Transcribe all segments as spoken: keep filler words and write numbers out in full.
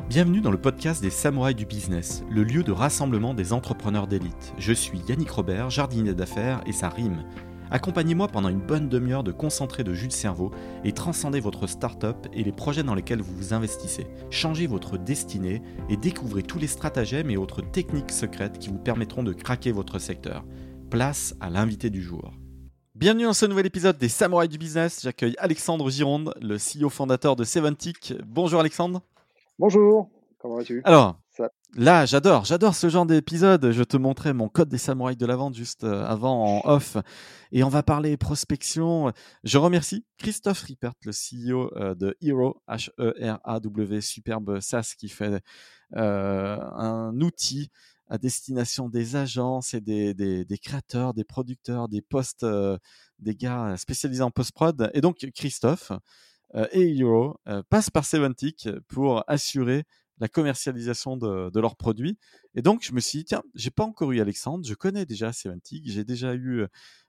Bienvenue dans le podcast des Samouraïs du Business, le lieu de rassemblement des entrepreneurs d'élite. Je suis Yannick Robert, jardinier d'affaires et ça rime. Accompagnez-moi pendant une bonne demi-heure de concentré de jus de cerveau et transcendez votre start-up et les projets dans lesquels vous vous investissez. Changez votre destinée et découvrez tous les stratagèmes et autres techniques secrètes qui vous permettront de craquer votre secteur. Place à l'invité du jour. Bienvenue dans ce nouvel épisode des Samouraïs du Business. J'accueille Alexandre Gironde, le C E O fondateur de Seventic. Bonjour Alexandre. Bonjour, comment vas-tu ? Alors, Ça... là, j'adore, j'adore ce genre d'épisode. Je te montrais mon code des samouraïs de la vente juste avant en off. Et on va parler prospection. Je remercie Christophe Riepert, le C E O de Hero, H E R A W, superbe SaaS qui fait euh, un outil à destination des agences et des, des, des créateurs, des producteurs, des posts, euh, des gars spécialisés en post-prod. Et donc, Christophe euh, et Hero euh, passent par Seventic pour assurer la commercialisation de, de leurs produits. Et donc, je me suis dit, tiens, j'ai pas encore eu Alexandre, je connais déjà Seventic, j'ai déjà eu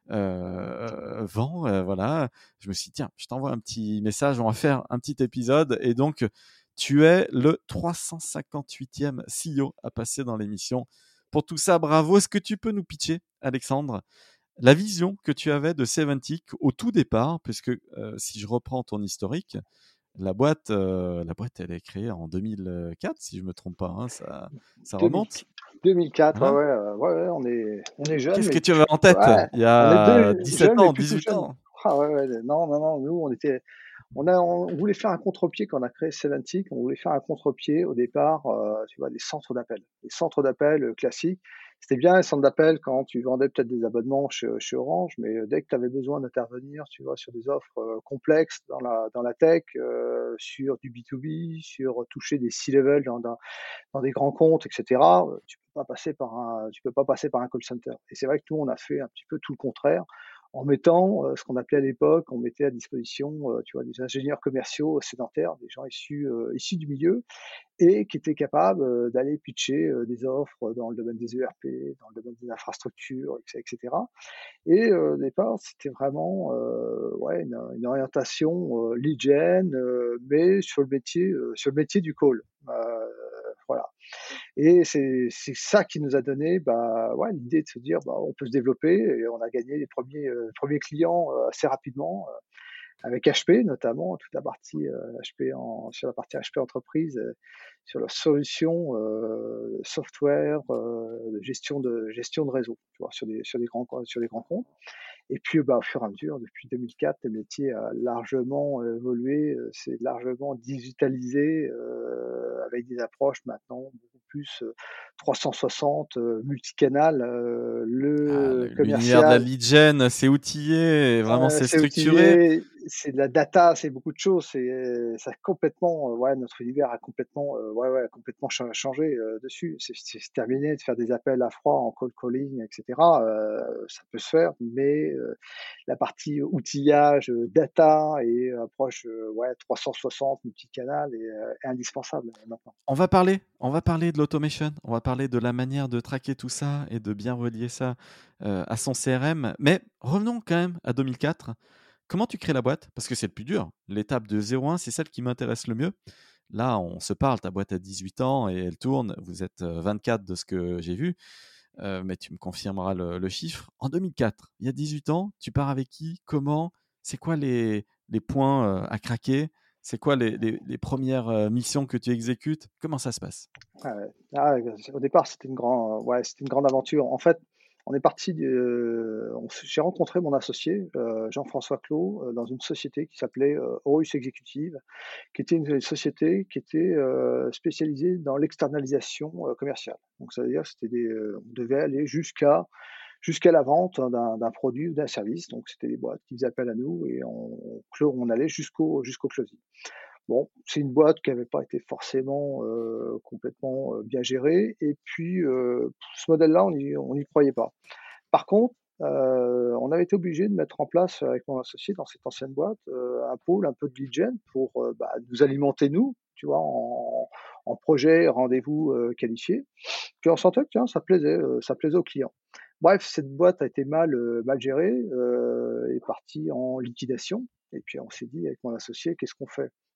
euh, vent, euh, voilà. Je me suis dit, tiens, je t'envoie un petit message, on va faire un petit épisode. Et donc, tu es le trois cent cinquante-huitième C E O à passer dans l'émission. Pour tout ça, bravo. Est-ce que tu peux nous pitcher, Alexandre, la vision que tu avais de Seventic au tout départ, puisque euh, si je reprends ton historique, la boîte, euh, la boîte, elle est créée en deux mille quatre, si je me trompe pas. Hein, ça, ça remonte. deux mille quatre, Hein, ouais, ouais, ouais, ouais, on est, on est jeune, qu'est-ce mais que tu avais en tête ouais, il y on est a deux dix-sept jeunes, mais ans, plutôt dix-huit jeunes. ans? Ah ouais, ouais, non, non, non, nous, on était, on a, on voulait faire un contre-pied quand on a créé Seventic. On voulait faire un contre-pied au départ, euh, tu vois, des centres d'appel, des centres d'appel euh, classiques. C'était bien les centres d'appel quand tu vendais peut-être des abonnements chez, chez Orange, mais dès que tu avais besoin d'intervenir, tu vois, sur des offres euh, complexes dans la dans la tech, euh, sur du B deux B, sur toucher des C-level dans, dans dans des grands comptes, et cetera. Tu peux pas passer par un, tu peux pas passer par un call center. Et c'est vrai que nous, on a fait un petit peu tout le contraire en mettant euh, ce qu'on appelait à l'époque, on mettait à disposition, euh, tu vois, des ingénieurs commerciaux sédentaires, des gens issus euh, issus du milieu et qui étaient capables euh, d'aller pitcher euh, des offres dans le domaine des E R P, dans le domaine des infrastructures, et cetera. Et euh, au départ, c'était vraiment euh, ouais, une, une orientation euh, lead gen, euh, mais sur le métier, euh, sur le métier du call. Euh, voilà. Et c'est c'est ça qui nous a donné bah, ouais, l'idée de se dire bah, on peut se développer et on a gagné les premiers, euh, premiers clients euh, assez rapidement euh, avec H P notamment, toute la partie euh, H P en, sur la partie H P entreprise, euh, sur la solution euh, software euh, de gestion de gestion de réseau, tu vois, sur des sur des grands sur des grands comptes. Et puis, bah, au fur et à mesure, depuis deux mille quatre, le métier a largement évolué, euh, c'est largement digitalisé, euh, avec des approches maintenant beaucoup plus euh, trois cent soixante, euh, multicanal. Euh, Ah, le l'univers de la commercial, lead gen, c'est outillé, vraiment euh, c'est c'est structuré. outillé, c'est de la data, c'est beaucoup de choses. C'est, ça a complètement, euh, ouais, notre univers a complètement, euh, ouais, ouais, complètement cha- changé euh, dessus. C'est, c'est c'est terminé de faire des appels à froid en cold calling, et cetera. Euh, ça peut se faire, mais euh, la partie outillage, euh, data et approche, euh, ouais, trois cent soixante multicanal est, euh, est indispensable euh, maintenant. On va parler, on va parler de l'automation, on va parler de la manière de traquer tout ça et de bien relier ça euh, à son C R M. Mais revenons quand même à deux mille quatre. Comment tu crées la boîte? Parce que c'est le plus dur. L'étape de zéro un, c'est celle qui m'intéresse le mieux. Là, on se parle, ta boîte a dix-huit ans et elle tourne. Vous êtes euh, vingt-quatre de ce que j'ai vu, euh, mais tu me confirmeras le, le chiffre. En deux mille quatre, il y a dix-huit ans, tu pars avec qui? Comment? C'est quoi les, les points euh, à craquer? C'est quoi les, les, les premières euh, missions que tu exécutes? Comment ça se passe? Ouais, ouais. Ah, au départ, c'était une grande, ouais, c'était une grande aventure. En fait, on est parti. de- on s- J'ai rencontré mon associé euh, Jean-François Clos euh, dans une société qui s'appelait euh, Horus Executive, qui était une société qui était euh, spécialisée dans l'externalisation euh, commerciale. Donc, ça veut dire que c'était des, euh, on devait aller jusqu'à jusqu'à la vente d'un d'un produit ou d'un service. Donc, c'était des boîtes qui faisaient appel à nous et on, clo- on allait jusqu'au jusqu'au closing. Bon, c'est une boîte qui n'avait pas été forcément euh, complètement euh, bien gérée. Et puis, euh, ce modèle-là, on n'y on n'y croyait pas. Par contre, euh, on avait été obligé de mettre en place avec mon associé dans cette ancienne boîte euh, un pôle un peu de lead gen pour euh, bah, nous alimenter, nous, tu vois, en, en projet, rendez-vous euh, qualifiés. Puis on sentait que tiens, ça plaisait, euh, ça plaisait aux clients. Bref, cette boîte a été mal, euh, mal gérée, euh, est partie en liquidation. Et puis on s'est dit avec mon associé, qu'est-ce qu'on fait?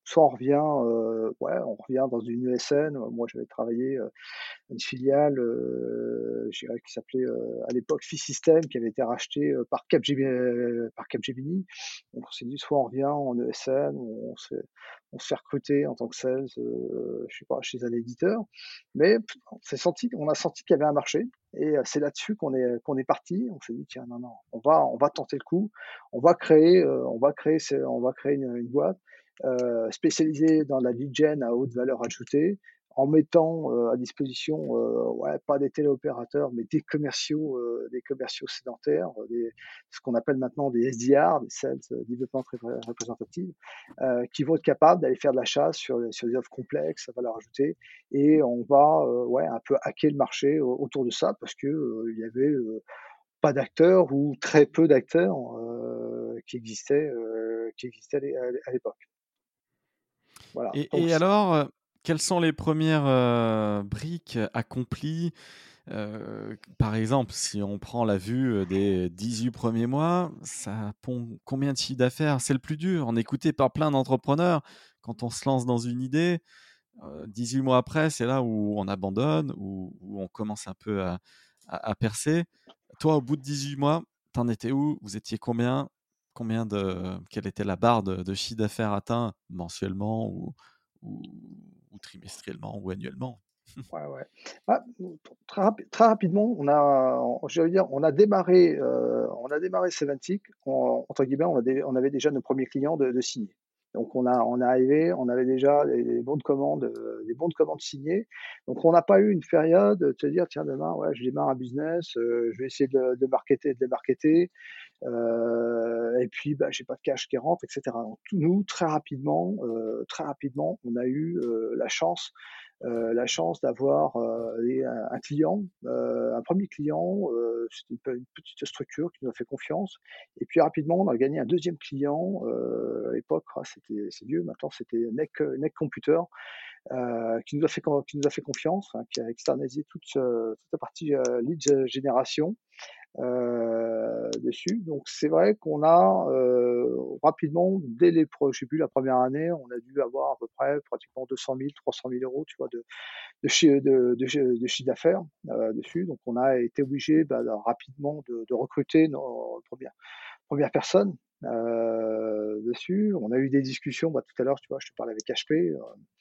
soit on revient, euh, ouais, on revient dans une U S N. Moi, j'avais travaillé euh, une filiale, euh, je dirais, qui s'appelait euh, à l'époque Phi-System, qui avait été racheté euh, par Capgemini, euh, par Capgemini. Donc on s'est dit soit on revient en E S N, on se fait, on se fait recruter en tant que sales, euh, je sais pas, chez un éditeur. Mais on s'est senti, on a senti qu'il y avait un marché, et euh, c'est là-dessus qu'on est qu'on est parti. On s'est dit tiens non non, on va on va tenter le coup, on va créer euh, on va créer on va créer une, une boîte euh, spécialisée dans la lead gen à haute valeur ajoutée, en mettant euh, à disposition, euh, ouais, pas des téléopérateurs, mais des commerciaux, euh, des commerciaux sédentaires, des, ce qu'on appelle maintenant des S D R, des Sales Development Representatives, euh, qui vont être capables d'aller faire de la chasse sur, sur des offres complexes à valeur ajoutée. Et on va, euh, ouais, un peu hacker le marché autour de ça, parce que euh, il y avait euh, pas d'acteurs ou très peu d'acteurs euh, qui existaient, euh, qui existaient à l'époque. Voilà. Et, Donc, et alors, euh, quelles sont les premières euh, briques accomplies? Euh, par exemple, si on prend la vue des dix-huit premiers mois, ça pond combien de chiffre d'affaires? C'est le plus dur. On est écouté par plein d'entrepreneurs quand on se lance dans une idée. Euh, dix-huit mois après, c'est là où on abandonne, où, où on commence un peu à, à, à percer. Toi, au bout de dix-huit mois, t'en étais où? Vous étiez combien? Combien de, quelle était la barre de, de chiffre d'affaires atteint mensuellement ou, ou, ou trimestriellement ou annuellement? ouais, ouais. Ah, très, rapi- très rapidement, on a, je veux dire, on a démarré, euh, on a démarré Seventic, on- entre guillemets, on, a dé- on avait déjà nos premiers clients de, de signés. Donc on a, on est arrivé, on avait déjà des, des bons de commande, euh, des bons de commande signés. Donc on n'a pas eu une période de se dire, tiens, demain, ouais, je démarre un business, euh, je vais essayer de, de marketer, de les marketer. Euh, et puis, bah, j'ai pas de cash qui rentre, et cetera. Donc, nous, très rapidement, euh, très rapidement, on a eu euh, la chance, euh, la chance d'avoir euh, un, un client, euh, un premier client. Euh, c'était une petite structure qui nous a fait confiance. Et puis rapidement, on a gagné un deuxième client. Euh, à l'époque, ah, c'était c'est vieux. Maintenant, c'était Neck, Neck Computer, euh, qui nous a fait qui nous a fait confiance, hein, qui a externalisé toute, euh, toute la partie euh, lead génération euh, dessus. Donc c'est vrai qu'on a euh, rapidement, dès les, pro- je sais plus, la première année, on a dû avoir à peu près pratiquement deux cent mille, trois cent mille euros, tu vois, de, de, chi- de, de, de chiffre d'affaires euh, dessus. Donc on a été obligé bah, de- rapidement de, de recruter nos premières, premières personnes euh, dessus. On a eu des discussions, bah, tout à l'heure, tu vois, je te parlais avec H P, euh,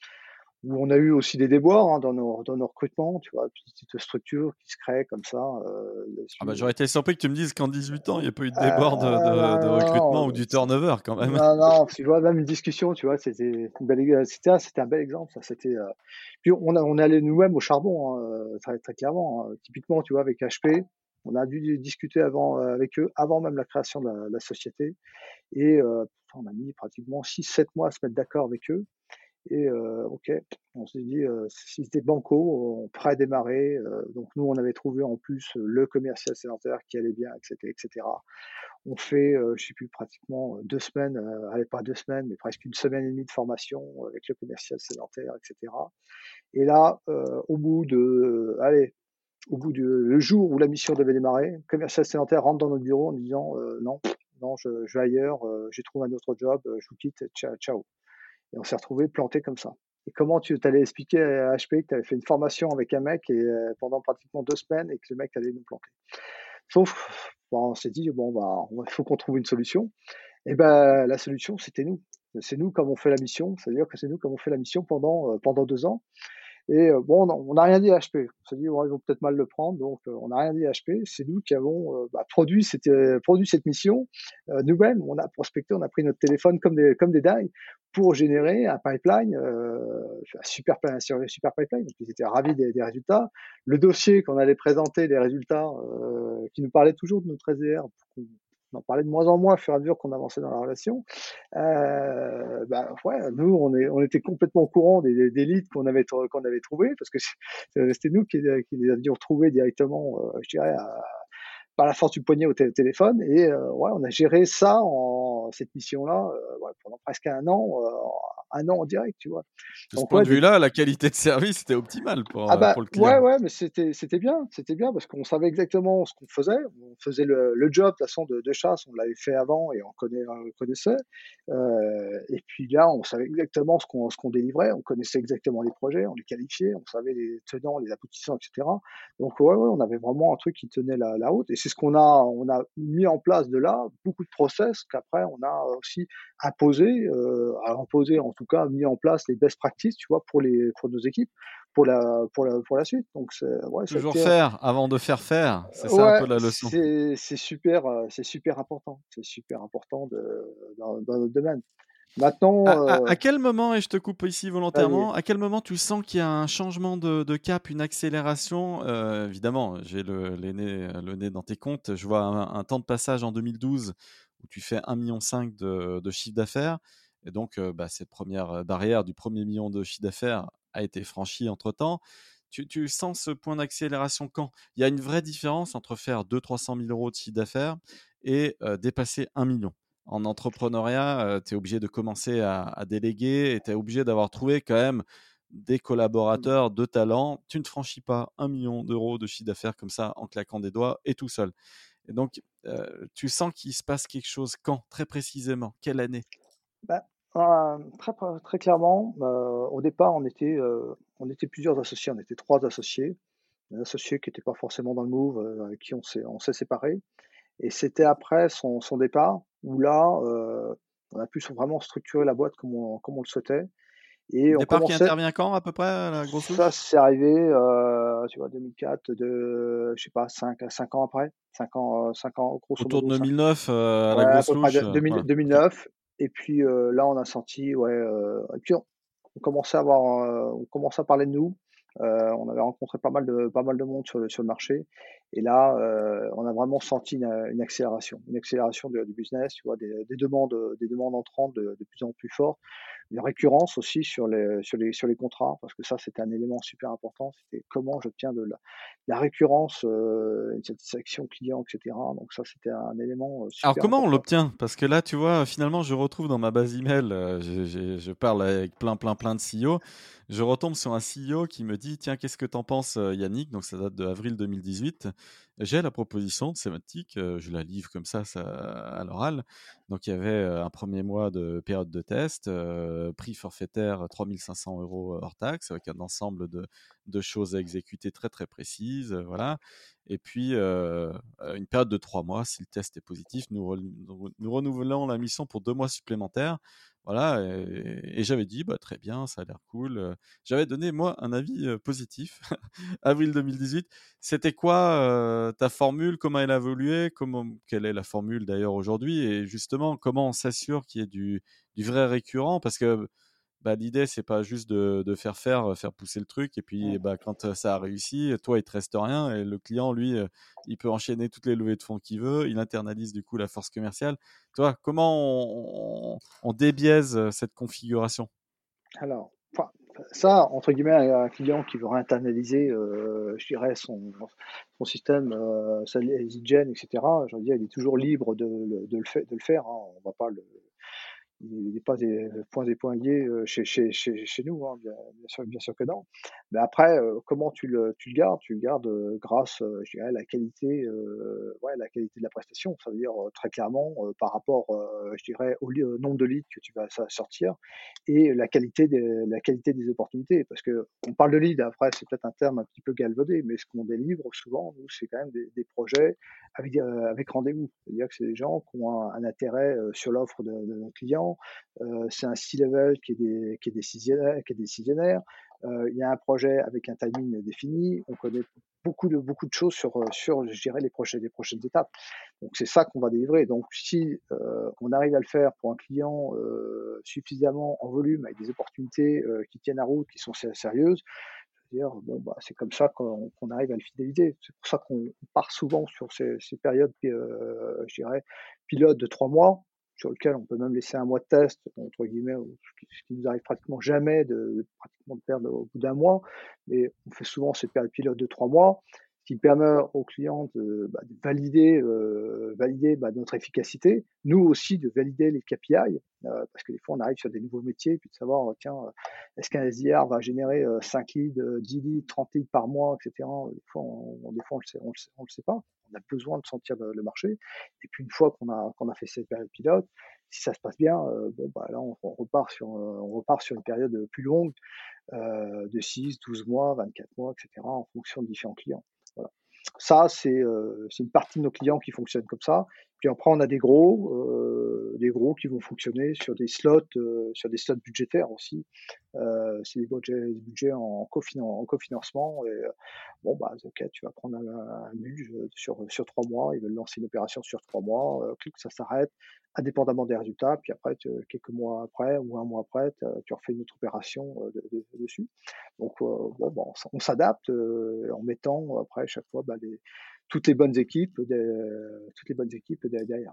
où on a eu aussi des déboires hein, dans, nos, dans nos recrutements, tu vois, petite structure qui se crée comme ça euh, Ah bah, dessus. j'aurais été surpris que tu me dises qu'en dix-huit ans, il n'y a pas eu de débord de, Euh, de, de recrutement ou non, du turnover quand même. non, non, tu vois, même une discussion, tu vois, c'était une belle, c'était, un- c'était un bel exemple, ça, c'était, euh, puis on a, on est allé nous-mêmes au charbon, hein, euh, très, très clairement, hein. Typiquement, tu vois, avec H P, on a dû discuter avant, euh, avec eux, avant même la création de la, de la société, et euh, on a mis pratiquement six sept mois à se mettre d'accord avec eux. Et euh, ok, on s'est dit, euh, si c'était banco, on prêt à démarrer. Euh, donc nous, on avait trouvé en plus le commercial sédentaire qui allait bien, et cetera, et cetera. On fait, euh, je sais plus, pratiquement deux semaines, euh, allez pas deux semaines, mais presque une semaine et demie de formation avec le commercial sédentaire, et cetera. Et là, euh, au bout de, euh, allez, au bout du le jour où la mission devait démarrer, le commercial sédentaire rentre dans notre bureau en disant euh, non, non, je, je vais ailleurs, euh, j'ai trouvé un autre job, je vous quitte, ciao, ciao. Et on s'est retrouvé planté comme ça. Et comment tu allais expliquer à H P que tu avais fait une formation avec un mec et euh, pendant pratiquement deux semaines et que le mec allait nous planter. Sauf, bon, on s'est dit bon bah, il faut qu'on trouve une solution. Et ben la solution c'était nous. C'est nous comme on fait la mission, c'est-à-dire que c'est nous comme on fait la mission pendant euh, pendant deux ans. Et euh, bon, on n'a rien dit à H P. On s'est dit, bon, ils vont peut-être mal le prendre, donc euh, on n'a rien dit à H P. C'est nous qui avons euh, bah, produit, cette, euh, produit cette mission euh, nous-mêmes. On a prospecté, on a pris notre téléphone comme des, comme des dingues pour générer un pipeline, euh, un super, un super pipeline. Donc, ils étaient ravis des, des résultats. Le dossier qu'on allait présenter, les résultats, euh, qui nous parlait toujours de notre S D R, on en parlait de moins en moins au fur et à mesure qu'on avançait dans la relation. Euh, bah, ouais, nous, on, est, on était complètement au courant des, des leads qu'on avait, qu'on avait trouvés, parce que c'était nous qui, qui les avions retrouvés directement, euh, je dirais, à, par la force du poignet au té téléphone et heu, ouais, on a géré ça en cette mission-là, heu, ouais, pendant presque un an, heu, un an en direct, tu vois? De ce Donc point ouais, de des vue-là, la qualité de service était optimale pour, ah heu, bah, pour le ouais, client. ouais, mais c'était c'était bien, c'était bien parce qu'on savait exactement ce qu'on faisait. On faisait le le job de toute façon de de chasse, on l'avait fait avant et on connaît on le connaissait. Heu et puis là, on savait exactement ce qu'on ce qu'on délivrait, on connaissait exactement les projets, on les qualifiait, on savait les tenants, les aboutissants et cetera. Donc ouais, ouais, on avait vraiment un truc qui tenait la la route et c'est ce qu'on a on a mis en place de là, beaucoup de process qu'après on a aussi imposé, heu, à imposer en tout cas, mis en place les best practices, tu vois, pour les pour nos équipes pour la pour la pour la suite. Donc c'est ouais, ça a Toujours été, faire avant de faire faire, c'est ça un ouais, peu la leçon? c'est c'est super, heu, c'est super important. C'est super important de dans dans notre domaine. Maintenant, À à heu à quel moment, et je te coupe ici vas-y. volontairement, à quel moment tu sens qu'il y a un changement de de cap, une accélération? Heu, évidemment, j'ai le les nez, le nez dans tes comptes. Je vois un un temps de passage en deux mille douze où tu fais un virgule cinq million de de chiffre d'affaires et donc heu, bah, cette première barrière du premier million de chiffre d'affaires a été franchie entre-temps. Tu tu sens ce point d'accélération quand? Il y a une vraie différence entre faire deux trois cent mille euros de chiffre d'affaires et heu, dépasser un million. En entrepreneuriat, heu, tu es obligé de commencer à à déléguer et tu es obligé d'avoir trouvé quand même des Mmh. collaborateurs de talent. Tu ne franchis pas un million d'euros de chiffre d'affaires comme ça en claquant des doigts et tout seul. Et donc, heu, tu sens qu'il se passe quelque chose quand? Très précisément? Quelle année? Bah, hem, très pr très clairement, heu, au départ, on était, heu, on était plusieurs associés, on était trois associés. Un associé qui était pas forcément dans le move, heu, avec qui on s'est on s'est séparés et c'était après son son départ où là, heu, on a pu s vraiment structurer la boîte comme on comme on le souhaitait et on Départ qui commençait. intervient quand à peu près à la grosse Ça, louche? c'est arrivé, heu, tu vois, deux mille quatre, de je sais pas, cinq à cinq ans après, cinq ans, heu, cinq ans, grosso Autour de modo, cinq. deux mille neuf, heu, à Ouais, la à grosse peu près louche, de heu, deux mille voilà, OK. deux mille neuf et puis, heu, là, on a senti, ouais, heu et puis on on commençait à avoir, heu, on commençait à parler de nous. Heu, on avait rencontré pas mal de pas mal de monde sur le sur le marché et là, heu, on a vraiment senti une, une accélération une accélération de du business, tu vois? Des des demandes, des demandes entrantes de de plus en plus fortes. Une récurrence aussi sur les sur les sur les contrats, parce que ça, c'était un élément super important. C'était comment j'obtiens de la la récurrence, heu, une satisfaction client et cetera. Donc ça, c'était un élément, heu, Alors super comment on important. l'obtient? Parce que là, tu vois, finalement, je retrouve dans ma base email, heu, je j'ai je parle avec plein, plein, plein de C E O. Je retombe sur un C E O qui me dit: «Tiens, qu'est-ce que tu en penses, heu, Yannick?» Donc ça date d'avril deux mille dix-huit. J'ai la proposition de Semantic, heu, je la livre comme ça, ça à l'oral. Donc il y avait, heu, un premier mois de période de test, heu, prix forfaitaire trois mille cinq cents euros hors taxe, avec un ensemble de de choses à exécuter très, très précises, heu, voilà. Et puis, heu heu, une période de trois mois. Si le test est positif, nous rel nous nous renouvelons la mission pour deux mois supplémentaires. Voilà, et et j'avais dit: «Bah, très bien, ça a l'air cool», heu, j'avais donné moi un avis, heu, positif. Avril deux mille dix-huit. C'était quoi, heu, ta formule? Comment elle a évolué? Comment quelle est la formule d'ailleurs aujourd'hui? Et justement, comment on s'assure qu'il y ait du du vrai récurrent? Parce que bah, l'idée, c'est pas juste de de faire faire, heu, faire pousser le truc et puis, Mmh. bah, quand, heu, ça a réussi, toi, il te reste rien et le client, lui, heu, il peut enchaîner toutes les levées de fonds qu'il veut. Il internalise, du coup, la force commerciale. Toi, comment on on on débiaise, heu, cette configuration? Alors, enfin, ça, entre guillemets, un un client qui veut réinternaliser, heu, je dirais son son système, heu, sa lead gen et cetera, je veux dire, il est toujours libre de le de le fai de le faire, hein. On va pas le Il n'est pas des points et points liés, heu, chez chez chez chez nous, hein, bien bien sûr bien sûr que non. Mais après, heu, comment tu le tu le gardes? Tu le gardes, heu, grâce, heu, je dirais, à la qualité, heu, ouais, la qualité de la prestation. Ça veut dire, heu, très clairement, heu, par rapport, heu, je dirais, au li au nombre de leads que tu vas sa sortir et la qualité des la qualité des opportunités. Parce qu'on parle de leads, après, c'est peut-être un terme un petit peu galvaudé, mais ce qu'on délivre souvent, nous, c'est quand même des des projets avec, heu, avec rendez-vous. C'est-à-dire que c'est des gens qui ont un un intérêt, heu, sur l'offre de de nos clients. Heu, c'est un C-level qui est dé qui est décisionnaire qui est décisionnaire. Heu, il y a un projet avec un timing défini. On connaît beaucoup de beaucoup de choses sur, heu, sur, je dirais, les prochaines les prochaines étapes. Donc c'est ça qu'on va délivrer. Donc si, heu, on arrive à le faire pour un client, heu, suffisamment en volume avec des opportunités, heu, qui tiennent la route, qui sont sé sérieuses, dire bon, bah, c'est comme ça qu'on qu'on arrive à le fidéliser. C'est pour ça qu'on part souvent sur ces, ces périodes, euh, je dirais, pilotes de trois mois, sur lequel on peut même laisser un mois de test, entre guillemets, ce qui, ce qui nous arrive pratiquement jamais de, de pratiquement de perdre au bout d'un mois, mais on fait souvent ces périodes pilotes de trois mois, ce qui permet aux clients de, bah, de valider, euh, valider bah, notre efficacité, nous aussi de valider les K P I, euh, parce que des fois on arrive sur des nouveaux métiers, puis de savoir, tiens, est-ce qu'un S D R va générer euh, cinq leads, euh, dix leads, trente leads par mois, et cetera. Des fois, on, on- des fois on le sait, on le sait, on le sait pas. On a besoin de sentir le, le marché. Et puis une fois qu'on a, qu'on a fait cette période pilote, si ça se passe bien, euh, bon, bah, là on, on repart sur, euh, on repart sur une période plus longue, euh, de six, douze mois, vingt-quatre mois, et cetera, en fonction de différents clients. Voilà. Ça, c'est euh, c'est une partie de nos clients qui fonctionnent comme ça. Puis après, on a des gros, euh, des gros qui vont fonctionner sur des slots, euh, sur des slots budgétaires aussi. Euh, c'est des budgets, des budgets en, cofinan en cofinancement. Et euh, bon, bah, ok, tu vas prendre un, un budget sur, sur trois mois. Ils veulent lancer une opération sur trois mois. Euh, clic, ça s'arrête, indépendamment des résultats. Puis après, tu, quelques mois après ou un mois après, tu refais une autre opération euh, de, de, dessus. Donc, euh, bon, bah, on, on s'adapte euh, en mettant après chaque fois bah, les, toutes les bonnes équipes, des, toutes les bonnes équipes derrière.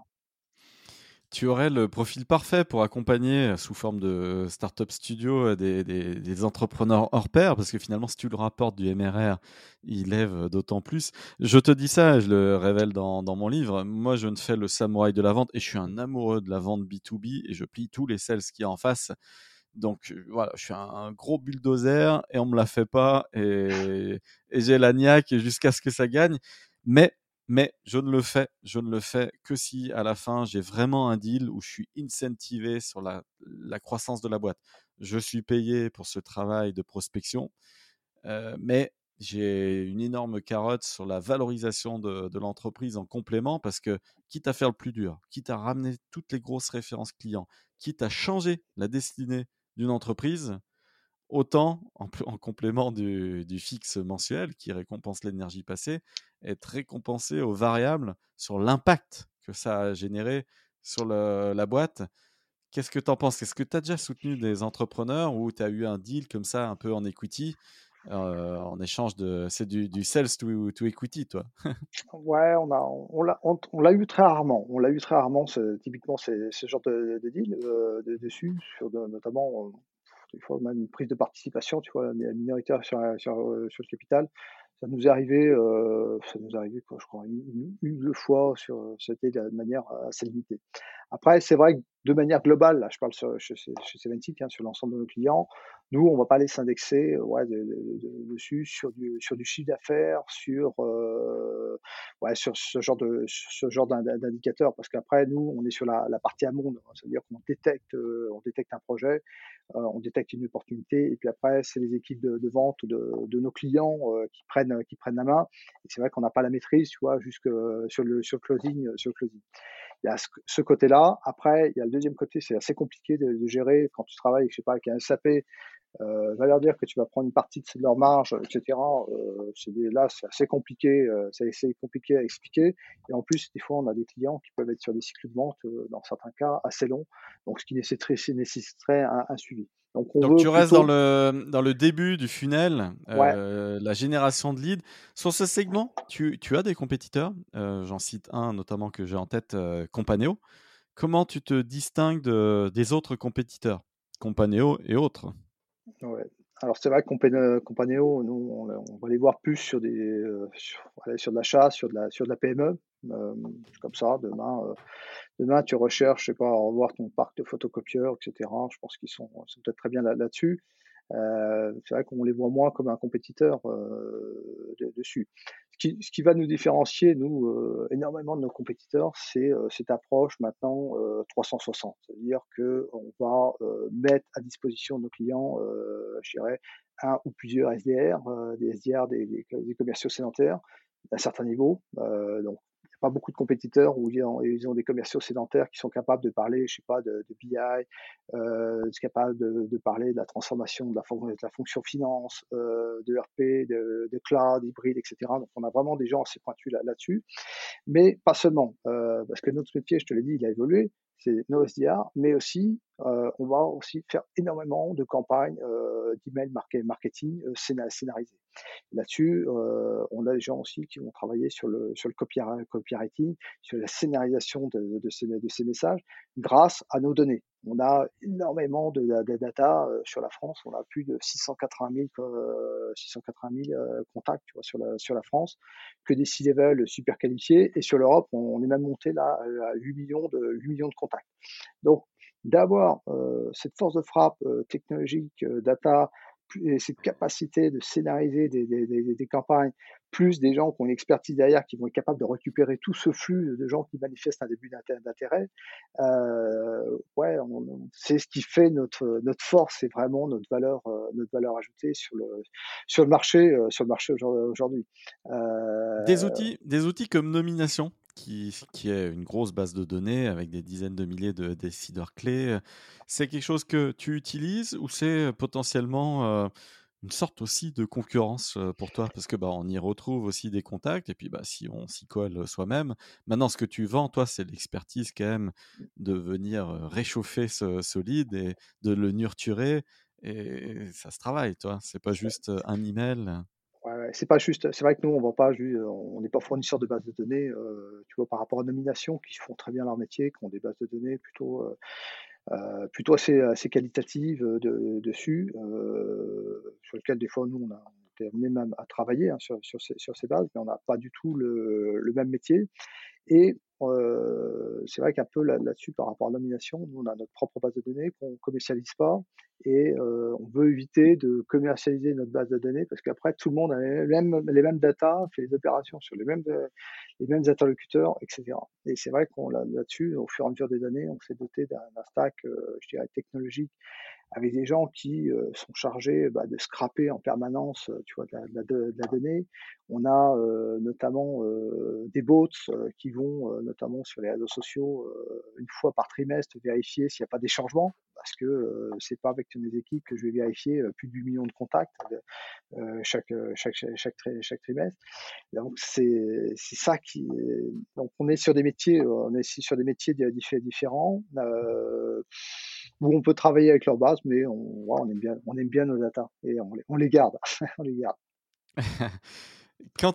Tu aurais le profil parfait pour accompagner sous forme de startup studio des, des, des entrepreneurs hors pair, parce que finalement, si tu le rapportes du M R R, il lève d'autant plus. Je te dis ça, je le révèle dans, dans mon livre. Moi, je ne fais le samouraï de la vente et je suis un amoureux de la vente B deux B et je plie tous les sales qu'il y a en face. Donc voilà, je suis un, un gros bulldozer et on me la fait pas et, et j'ai la niaque jusqu'à ce que ça gagne. Mais mais je ne le fais, je ne le fais que si à la fin j'ai vraiment un deal où je suis incentivé sur la, la croissance de la boîte. Je suis payé pour ce travail de prospection, euh, mais j'ai une énorme carotte sur la valorisation de, de l'entreprise en complément parce que quitte à faire le plus dur, quitte à ramener toutes les grosses références clients, quitte à changer la destinée d'une entreprise, autant, en, en complément du, du fixe mensuel qui récompense l'énergie passée, être récompensé aux variables sur l'impact que ça a généré sur le, la boîte. Qu'est-ce que tu en penses? Est-ce que tu as déjà soutenu des entrepreneurs où tu as eu un deal comme ça, un peu en equity, euh, en échange de... C'est du, du sales to, to equity, toi? Ouais, on a, on l'a, on, on l'a eu très rarement. On l'a eu très rarement. Typiquement, c'est ce genre de, de deal euh, de, dessus, sur de, notamment, euh, des fois même une prise de participation, tu vois, minoritaire sur, sur, sur le capital. Ça nous est arrivé, euh, ça nous est arrivé, quoi, je crois, une, une ou deux fois sur, c'était de manière assez limitée. Après, c'est vrai que de manière globale, là, je parle sur, chez, chez Seventic, hein, sur l'ensemble de nos clients, nous, on va pas aller s'indexer, ouais, de, de, de, dessus sur du, sur du chiffre d'affaires, sur, euh, ouais, sur ce genre de, ce genre d'indicateur, parce qu'après, nous, on est sur la, la partie amont, c'est-à-dire qu'on détecte, euh, on détecte un projet, euh, on détecte une opportunité, et puis après, c'est les équipes de, de vente de, de nos clients euh, qui prennent, qui prennent la main. Et c'est vrai qu'on n'a pas la maîtrise, tu vois, jusque sur le, sur le closing, sur le closing. Il y a ce, ce côté-là. Après, il y a le deuxième côté, c'est assez compliqué de, de gérer quand tu travailles, je sais pas, avec un S A P. Euh, va leur dire que tu vas prendre une partie de leur marge, et cetera. Euh, c'est des, là, c'est assez compliqué, euh, c'est assez compliqué à expliquer. Et en plus, des fois, on a des clients qui peuvent être sur des cycles de vente, euh, dans certains cas, assez longs, donc ce qui nécessiterait, nécessiterait un, un suivi. Donc, on Donc veut tu restes dans plutôt, le, dans le début du funnel, ouais, euh, la génération de leads. Sur ce segment, tu, tu as des compétiteurs. Euh, j'en cite un notamment que j'ai en tête, euh, Companeo. Comment tu te distingues de, des autres compétiteurs, Companeo et autres? ouais. Alors c'est vrai que Compan- Companeo, nous, on, on va les voir plus sur des, euh, sur, ouais, sur de l'achat, sur de la, sur de la P M E, euh, comme ça. Demain, euh, demain tu recherches, je sais pas, à revoir ton parc de photocopieurs, et cetera. Je pense qu'ils sont, ils sont peut-être très bien là- là-dessus. Euh, c'est vrai qu'on les voit moins comme un compétiteur euh, de- dessus. Ce qui, ce qui va nous différencier, nous, euh, énormément de nos compétiteurs, c'est euh, cette approche maintenant euh, trois cent soixante. C'est-à-dire que on va euh, mettre à disposition de nos clients, euh, je dirais, un ou plusieurs S D R, euh, des S D R, des, des, des commerciaux sédentaires d'un certain niveau. Euh, donc, il n'y a pas beaucoup de compétiteurs où ils ont, ils ont des commerciaux sédentaires qui sont capables de parler, je sais pas, de, de B I, euh, capable de, de parler de la transformation de la, de la fonction finance, euh, de R P, de, de cloud, hybride, et cetera. Donc on a vraiment des gens assez pointus là, là-dessus, mais pas seulement, euh, parce que notre métier, je te l'ai dit, il a évolué, c'est nos S D R, mais aussi euh, on va aussi faire énormément de campagnes euh, d'email market- marketing euh, scéna- scénarisées. Là-dessus, euh, on a des gens aussi qui vont travailler sur le, sur le copyri- copywriting, sur la scénarisation de, de, ces, de ces messages grâce à nos données. On a énormément de, de, de data euh, sur la France. On a plus de six cent quatre-vingt mille, euh, six cent quatre-vingt mille euh, contacts tu vois, sur, la, sur la France, que des C-level super qualifiés. Et sur l'Europe, on, on est même monté là à huit millions de, huit millions de contacts. Donc, d'avoir euh, cette force de frappe euh, technologique, euh, data, et cette capacité de scénariser des, des, des, des, campagnes, plus des gens qui ont une expertise derrière, qui vont être capables de récupérer tout ce flux de gens qui manifestent un début d'intérêt, euh, ouais, on, on, c'est ce qui fait notre notre force et vraiment notre valeur euh, notre valeur ajoutée sur le sur le marché euh, sur le marché aujourd'hui. Des Euh, outils, des outils comme Nomination, qui, qui est une grosse base de données avec des dizaines de milliers de décideurs clés, euh, c'est quelque chose que tu utilises ou c'est potentiellement euh, une sorte aussi de concurrence euh, pour toi? Parce que bah, on y retrouve aussi des contacts et puis bah, si on s'y colle soi-même. Maintenant, ce que tu vends, toi, c'est l'expertise quand même de venir euh, réchauffer ce, ce lead et de le nurturer. Et ça se travaille, toi. C'est pas juste euh, un email. Ouais, ouais, c'est pas juste. C'est vrai que nous, on vend pas, ju- on n'est pas fournisseur de bases de données, euh, tu vois, par rapport à Nomination, qui font très bien leur métier, qui ont des bases de données plutôt, euh, euh, plutôt assez, assez qualitatives euh, de- dessus, euh, sur lesquelles des fois nous, on a on été amené même à travailler hein, sur, sur ces, sur ces bases, mais on n'a pas du tout le, le même métier. Et euh, c'est vrai qu'un peu là- là-dessus, par rapport à la nomination, nous, on a notre propre base de données qu'on ne commercialise pas et euh, on veut éviter de commercialiser notre base de données parce qu'après, tout le monde a les mêmes, les mêmes data, fait les opérations sur les mêmes, euh, les mêmes interlocuteurs, et cetera. Et c'est vrai qu'on là- là-dessus, au fur et à mesure des années, on s'est doté d'un d'un stack, euh, je dirais, technologique avec des gens qui euh, sont chargés bah, de scraper en permanence, euh, tu vois, de la, de la, de la donnée. On a euh, notamment euh, des bots euh, qui vont euh, notamment sur les réseaux sociaux euh, une fois par trimestre vérifier s'il n'y a pas des changements parce que euh, c'est pas avec mes équipes que je vais vérifier euh, plus de huit millions de contacts euh, chaque, chaque, chaque, chaque, chaque trimestre. Donc c'est c'est ça qui est... donc on est sur des métiers on est sur des métiers différents euh, où on peut travailler avec leur base, mais on, ouais, on aime bien on aime bien nos data et on les, on les garde on les garde. Quand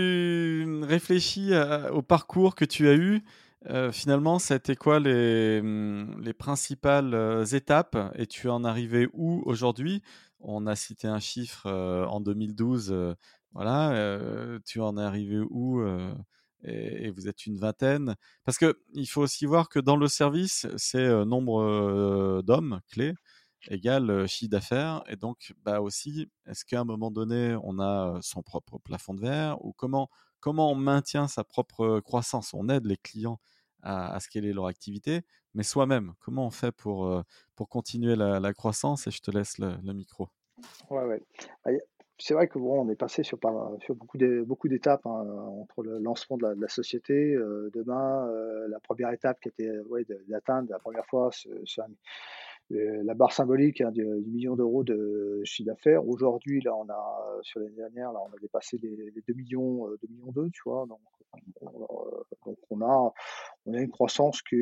tu réfléchis à- au parcours que tu as eu, euh, finalement, c'était quoi les, hum, les principales euh, étapes et tu en arrivé où aujourd'hui? On a cité un chiffre euh, en deux mille douze, euh, voilà, euh, tu en es arrivé où euh, et, et vous êtes une vingtaine? Parce que il faut aussi voir que dans le service, c'est euh, nombre euh, d'hommes clés égale euh, chiffre d'affaires. Et donc, bah aussi, est-ce qu'à un moment donné, on a euh, son propre plafond de verre ou comment, comment on maintient sa propre euh, croissance? On aide les clients à, à scaler leur activité, mais soi-même, comment on fait pour, euh, pour continuer la, la croissance? Et je te laisse le, le micro. Ouais, ouais. Bah, y a- c'est vrai que bon, on est passé sur, pas, sur beaucoup d'é- beaucoup d'étapes hein, entre le lancement de la, de la société. Euh, demain, euh, la première étape qui était ouais, de- d'atteindre la première fois ce, ce- euh, la barre symbolique hein, du, du million d'euros de chiffre d'affaires. Aujourd'hui, là, on a sur l'année dernière, là, on a dépassé les, les deux millions, euh, deux millions deux, tu vois. Donc, on, euh, donc on a, on a une croissance qui,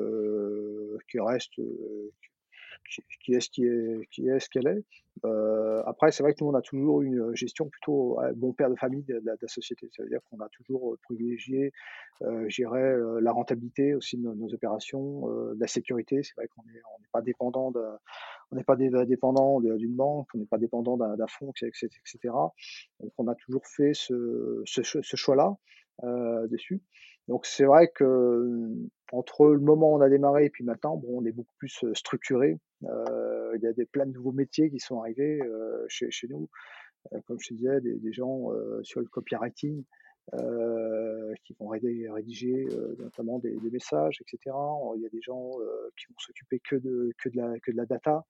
euh, qui reste, euh, qui, qui est ce qui est, qui est ce qu'elle est. Euh, après, c'est vrai que nous, on a toujours une gestion plutôt euh, bon père de famille de, de la, de la société. Ça veut dire qu'on a toujours privilégié, euh, je dirais, euh, la rentabilité aussi de nos, nos opérations, euh, de la sécurité. C'est vrai qu'on n'est on n'est pas dépendant de, on n'est pas dé- dépendant de- d'une banque, on n'est pas dépendant d'un d'un fonds, et cetera, et cetera. Donc, on a toujours fait ce, ce, ce choix-là euh, dessus. Donc, c'est vrai que euh, entre le moment où on a démarré et puis maintenant, bon, on est beaucoup plus euh, structuré. Euh, il y a des plein de nouveaux métiers qui sont arrivés euh, chez, chez nous. Euh, comme je te disais, des, des gens euh, sur le copywriting euh, qui vont rédiger, rédiger euh, notamment des, des messages, et cetera. Il y a des gens euh, qui vont s'occuper que de, que, de la, que de la data,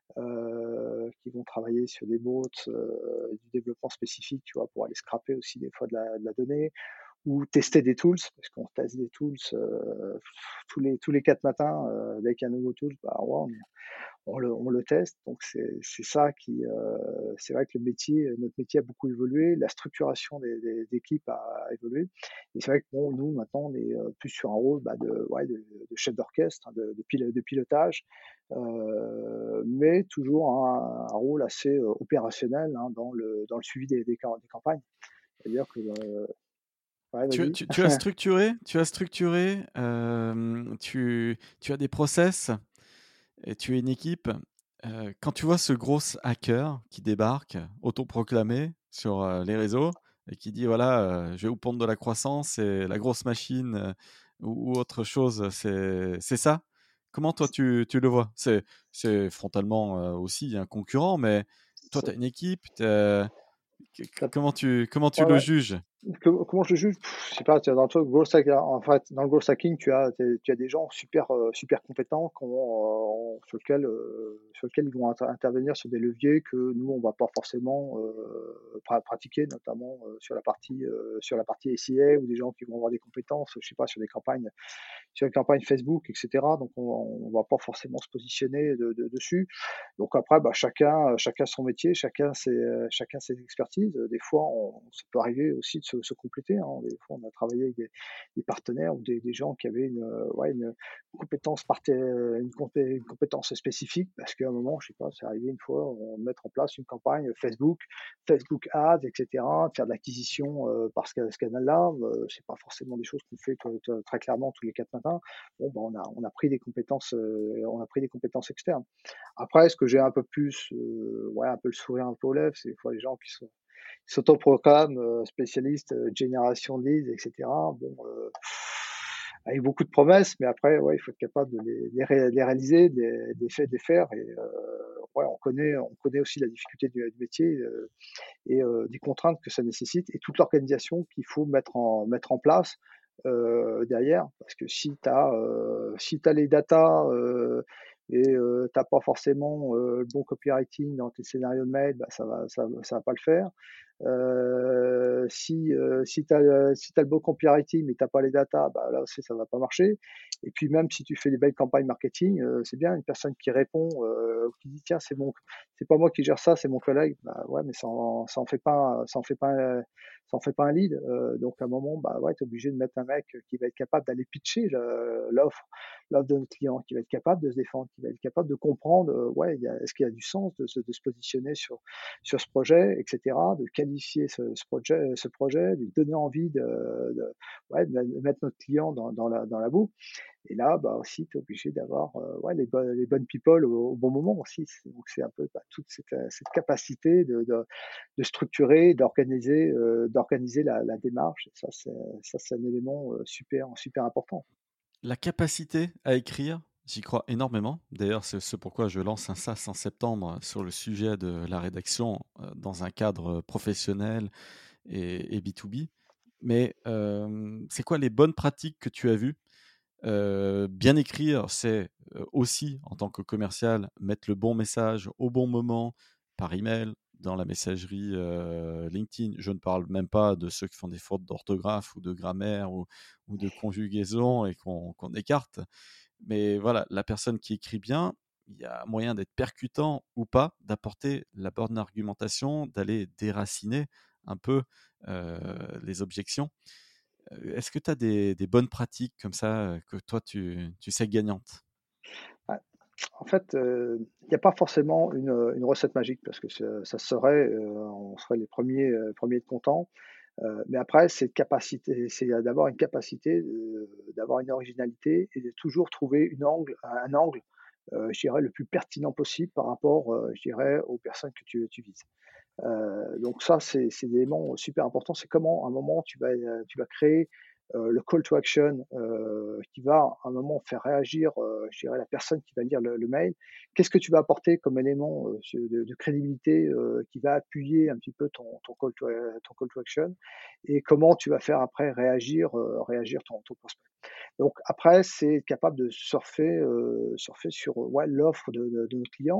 euh, qui vont travailler sur des bots, euh, du développement spécifique, tu vois, pour aller scraper aussi des fois de la, de la donnée, ou tester des tools, parce qu'on teste des tools euh, tous les tous les quatre matins, euh, dès qu'il y a un nouveau tool, bah, ouais, on, est, on le, on le teste. Donc c'est c'est ça qui, euh, c'est vrai que le métier, notre métier a beaucoup évolué, la structuration des, des équipes a, a évolué. Et c'est vrai que bon, nous maintenant on est euh, plus sur un rôle bah, de, ouais, de, de chef d'orchestre, hein, de, de, pil- de pilotage, euh, mais toujours un, un rôle assez euh, opérationnel hein, dans le dans le suivi des, des, cam- des campagnes. C'est-à-dire que euh, ouais, Tu, vas-y. tu- tu as structuré, tu as structuré, euh, tu, tu as des process et tu es une équipe. Euh, quand tu vois ce gros hacker qui débarque, autoproclamé sur euh, les réseaux et qui dit voilà, euh, je vais vous pondre de la croissance et la grosse machine euh, ou, ou autre chose, c'est c'est ça. Comment toi tu, tu le vois? C'est c'est frontalement euh, aussi un concurrent, mais toi tu as une équipe. t'as- que- que- Ça- Comment tu, comment tu ouais, le ouais. juges? Que- comment je le juge? Pff, je sais pas, tu as dans le truc, growth hack- en fait, dans le growth hacking, tu as, t'es- tu as des gens super, euh, super compétents qui ont, euh, sur lesquels, euh, sur lesquels ils vont inter- intervenir sur des leviers que nous, on va pas forcément euh, pra- pratiquer, notamment euh, sur la partie, euh, sur la partie S I A ou des gens qui vont avoir des compétences, je sais pas, sur des campagnes, sur les campagnes Facebook, et cetera. Donc, on, on va pas forcément se positionner de- de- dessus. Donc après, bah, chacun, euh, chacun son métier, chacun ses, euh, chacun ses expertises. Euh, Des fois, on, ça peut arriver aussi de se, se compléter. Hein. Des fois, on a travaillé avec des, des partenaires ou des, des gens qui avaient une, euh, ouais, une compétence parté- euh, une, compé- une compétence spécifique parce qu'à un moment, je sais pas, c'est arrivé une fois, on mettre en place une campagne Facebook, Facebook Ads, et cetera, faire de l'acquisition euh, par ce, ce canal-là. Euh, c'est pas forcément des choses qu'on fait t- t- très clairement tous les quatre matins. Bon, bah, on a, on a pris des compétences, euh, on a pris des compétences externes. Après, ce que j'ai un peu plus, euh, ouais, un peu le sourire un peu aux lèvres, c'est des fois les gens qui sont qui s'autoproclament euh, spécialistes, euh, génération de leads, et cetera. Bon, euh, avec beaucoup de promesses, mais après, ouais, il faut être capable de les, les, ré- les réaliser, de les, des faits, de les faire. Et euh, ouais, on connaît, on connaît aussi la difficulté du, du métier euh, et euh, des contraintes que ça nécessite et toute l'organisation qu'il faut mettre en mettre en place euh, derrière. Parce que si tu as euh, si t'as les datas euh, et euh, t'as pas forcément euh, le bon copywriting dans tes scénarios de mail, bah, ça va ça, ça va pas le faire. Euh, si euh, si tu as si t'as le bon copywriting mais t'as pas les datas, bah là aussi ça va pas marcher. Et puis même si tu fais des belles campagnes marketing, euh, c'est bien une personne qui répond, euh, qui dit tiens c'est bon, c'est pas moi qui gère ça, c'est mon collègue. Bah ouais, mais ça en, ça en fait pas, ça en fait pas, euh, ça en fait pas un lead. Euh, donc à un moment, bah ouais, t'es obligé de mettre un mec qui va être capable d'aller pitcher le- l'offre, l'offre de notre client, qui va être capable de se défendre, qui va être capable de comprendre, euh, ouais, il y a- est-ce qu'il y a du sens de se, de se positionner sur sur ce projet, et cetera, de qualifier ce, ce projet, ce projet, lui donner envie de, de, ouais, de mettre notre client dans, dans la dans la boucle. Et là, bah aussi, tu es obligé d'avoir euh, ouais, les, bonnes, les bonnes people au, au bon moment aussi. C'est- Donc, c'est un peu bah, toute cette, euh, cette capacité de, de, de structurer, d'organiser, euh, d'organiser la, la démarche. Et ça, c'est, ça, c'est un élément euh, super, super important. La capacité à écrire, j'y crois énormément. D'ailleurs, c'est ce pourquoi je lance un S A S en septembre sur le sujet de la rédaction euh, dans un cadre professionnel et, et B deux B. Mais euh, c'est quoi les bonnes pratiques que tu as vues? Euh, bien écrire, c'est euh, aussi, en tant que commercial, mettre le bon message au bon moment, par email, dans la messagerie euh, LinkedIn. Je ne parle même pas de ceux qui font des fautes d'orthographe ou de grammaire ou, ou de conjugaison et qu'on qu'on écarte. Mais voilà, la personne qui écrit bien, il y a moyen d'être percutant ou pas, d'apporter la bonne argumentation, d'aller déraciner un peu euh, les objections. Euh, Est-ce que tu as des, des bonnes pratiques comme ça euh, que toi tu, tu sais gagnantes? Ouais. En fait, euh, il n'y a pas forcément une, une recette magique parce que ça, ça serait, euh, on serait les premiers, euh, premiers de contents. Euh, mais après, c'est capacité, c'est d'avoir une capacité, de- d'avoir une originalité et de toujours trouver une angle, un angle, euh, je dirais, le plus pertinent possible par rapport, euh, je dirais, aux personnes que tu, tu vises. Euh, donc ça, c'est c'est des éléments super importants. C'est comment, à un moment, tu vas, euh, tu vas créer euh, le call to action euh, qui va, à un moment, faire réagir, euh, je dirais, la personne qui va lire le, le mail. Qu'est-ce que tu vas apporter comme élément euh, de, de crédibilité euh, qui va appuyer un petit peu ton, ton, call to, ton call to action et comment tu vas faire après réagir, euh, réagir ton, ton prospect. Donc après, c'est être capable de surfer, euh, surfer sur ouais, l'offre de, de, de nos clients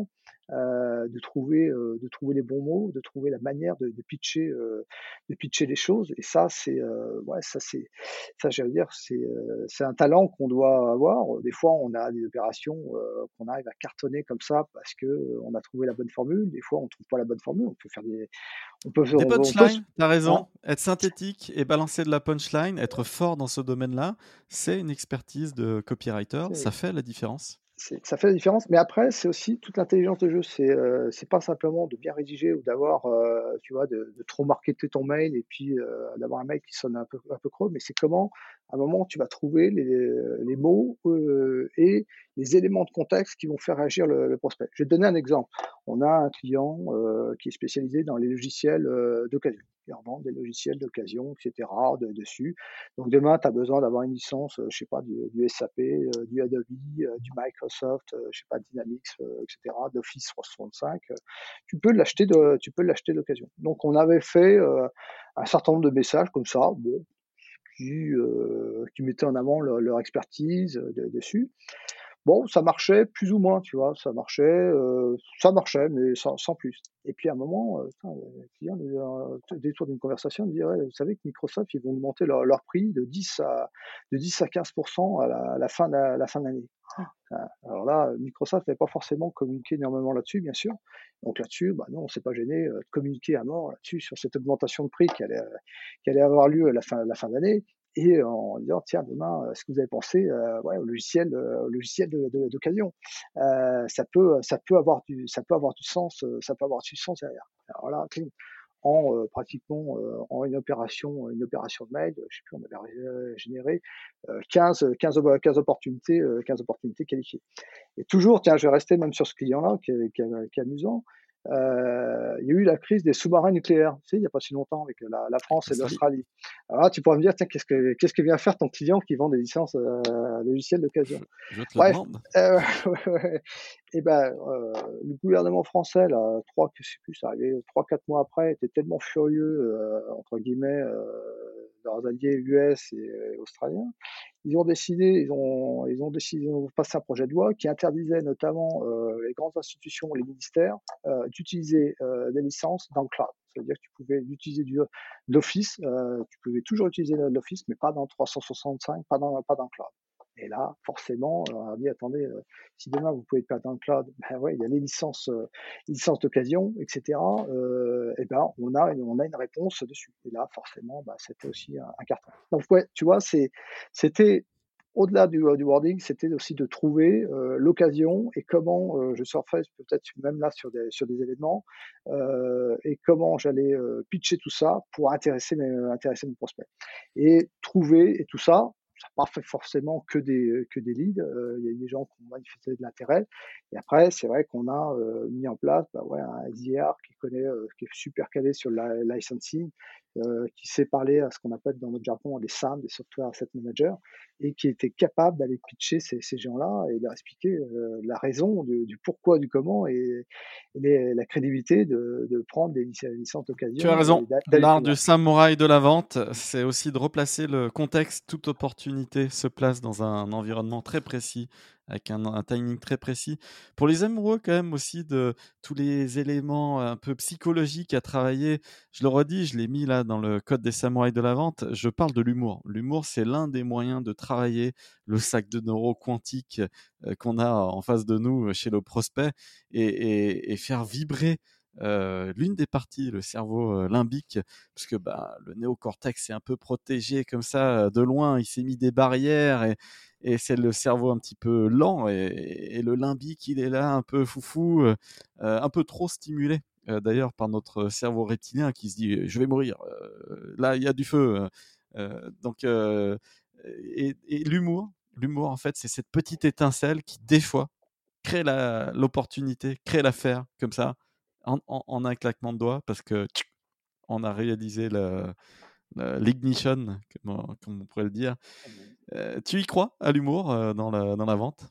euh, de trouver, euh, de trouver les bons mots, de trouver la manière de, de pitcher, euh, de pitcher les choses. Et ça, c'est, euh, ouais, ça, c'est, ça, j'allais dire, c'est, euh, c'est un talent qu'on doit avoir. Des fois, on a des opérations euh, qu'on arrive à cartonner comme ça parce que euh, on a trouvé la bonne formule. Des fois, on trouve pas la bonne formule. On peut faire des, on peut, Des on, on peut, se- punchlines, t'as hein, raison. Être synthétique et balancer de la punchline, être fort dans ce domaine-là, c'est une expertise de copywriter. Ça fait la différence. c'est- ça fait la différence. Mais après, c'est aussi toute l'intelligence de jeu. C'est euh, c'est pas simplement de bien rédiger ou d'avoir, euh, tu vois, de, de trop marketer ton mail et puis euh, d'avoir un mail qui sonne un peu, un peu creux. Mais c'est comment, à un moment, tu vas trouver les, les mots euh, et les éléments de contexte qui vont faire réagir le, le prospect. Je vais te donner un exemple. On a un client euh, qui est spécialisé dans les logiciels euh, d'occasion. Il revend des logiciels d'occasion, et cetera, de, dessus. Donc demain, tu as besoin d'avoir une licence, euh, je sais pas, du, du S A P, euh, du Adobe, euh, du Microsoft, euh, je sais pas, Dynamics, euh, et cetera, d'Office trois cent soixante-cinq. euh, tu peux l'acheter de, tu peux l'acheter d'occasion. Donc on avait fait euh, un certain nombre de messages comme ça, bon, qui, euh, qui mettaient en avant leur, leur expertise euh, de- dessus. Bon, ça marchait plus ou moins, tu vois, ça marchait, euh, ça marchait, mais sans, sans plus. Et puis à un moment, euh, putain, le client, euh, au détour d'une conversation, il me dit, ouais, vous savez que Microsoft, ils vont augmenter leur, leur prix de dix à, de dix à quinze pour cent à la, à la fin de la, la fin de l'année. Ah, alors là, Microsoft n'avait pas forcément communiqué énormément là-dessus, bien sûr. Donc là-dessus, bah non, on s'est pas gêné euh, de communiquer à mort là-dessus sur cette augmentation de prix qui allait, euh, qui allait avoir lieu à la fin, à la fin d'année. Et euh, en disant, tiens, demain, est-ce que vous avez pensé euh, ouais, au logiciel, euh, au logiciel de, de, d'occasion euh, ça peut, ça peut avoir du, ça peut avoir du sens, euh, ça peut avoir du sens derrière. Alors là, cling, en euh, pratiquement euh, en une opération, une opération de mail, je sais plus, on avait euh, généré euh, quinze, quinze, quinze opportunités, euh, quinze opportunités qualifiées. Et toujours, tiens, je vais rester même sur ce client-là, qui est, qui est- qui est amusant. Euh, il y a eu la crise des sous-marins nucléaires, tu sais, il n'y a pas si longtemps, avec la, la France et L'Australie. l'Australie. Alors là, tu pourrais me dire, tiens, qu'est-ce que, qu'est-ce que vient faire ton client qui vend des licences euh, logicielles d'occasion? Je, je te le Bref, demande. euh, et ben, euh, le gouvernement français, là, trois, je sais plus, ça arrivait trois, quatre mois après, était tellement furieux, euh, entre guillemets, euh, de leurs alliés U S et euh, australiens. Ils ont décidé, ils ont, ils ont décidé, ils ont passé un projet de loi qui interdisait notamment euh, les grandes institutions, les ministères, euh, d'utiliser euh, des licences dans le cloud. C'est-à-dire que tu pouvais utiliser du, de l'Office, euh, tu pouvais toujours utiliser de l'Office, mais pas dans trois cent soixante-cinq, pas dans, pas dans le cloud. Et là, forcément, on a dit, attendez, euh, si demain vous pouvez pas dans le cloud, ben ouais, il y a les licences, euh, licences d'occasion, et cetera. Euh, et ben, on a, on a une réponse dessus. Et là, forcément, ben, c'était aussi un, un carton. Donc ouais, tu vois, c'est, c'était au-delà du, du wording, c'était aussi de trouver euh, l'occasion et comment euh, je surfais peut-être même là sur des, sur des événements euh, et comment j'allais euh, pitcher tout ça pour intéresser mes, intéresser mon prospect. Et trouver et tout ça, ça n'a pas fait forcément que des, que des leads. Euh, il y a eu des gens qui ont manifesté de l'intérêt. Et après, c'est vrai qu'on a euh, mis en place bah ouais, un S D R qui connaît, euh, qui est super calé sur le licensing, euh, qui sait parler à ce qu'on appelle dans notre jargon des S A M, des Software Asset Managers, et qui était capable d'aller pitcher ces, ces gens-là et leur expliquer euh, la raison du, du pourquoi, du comment et, et les- la crédibilité de, de prendre des lic- licences Tu as d'occasion raison. et d'a- d'aller L'art plus du loin. samouraï de la vente, c'est aussi de replacer le contexte. Toute opportunité se place dans un environnement très précis, avec un, un timing très précis. Pour les amoureux, quand même, aussi de tous les éléments un peu psychologiques à travailler. Je le redis, je l'ai mis là dans le code des samouraïs de la vente. Je parle de l'humour. L'humour, c'est l'un des moyens de travailler le sac de neurones quantique euh, qu'on a en face de nous euh, chez nos prospects et, et- et faire vibrer euh, l'une des parties, le cerveau euh, limbique, parce que bah, le néocortex est un peu protégé comme ça euh, de loin, il s'est mis des barrières et, et c'est le cerveau un petit peu lent et, et le limbique il est là un peu foufou, euh, euh, un peu trop stimulé. euh, D'ailleurs par notre cerveau reptilien qui se dit je vais mourir, euh, là il y a du feu. euh, euh, donc euh, et, et l'humour, l'humour en fait c'est cette petite étincelle qui des fois crée la- l'opportunité, crée l'affaire comme ça en, en- en un claquement de doigts parce que tchic, on a réalisé le- le- l'ignition, comme, on comme on pourrait le dire. Euh, tu y crois à l'humour euh, dans la, dans la vente?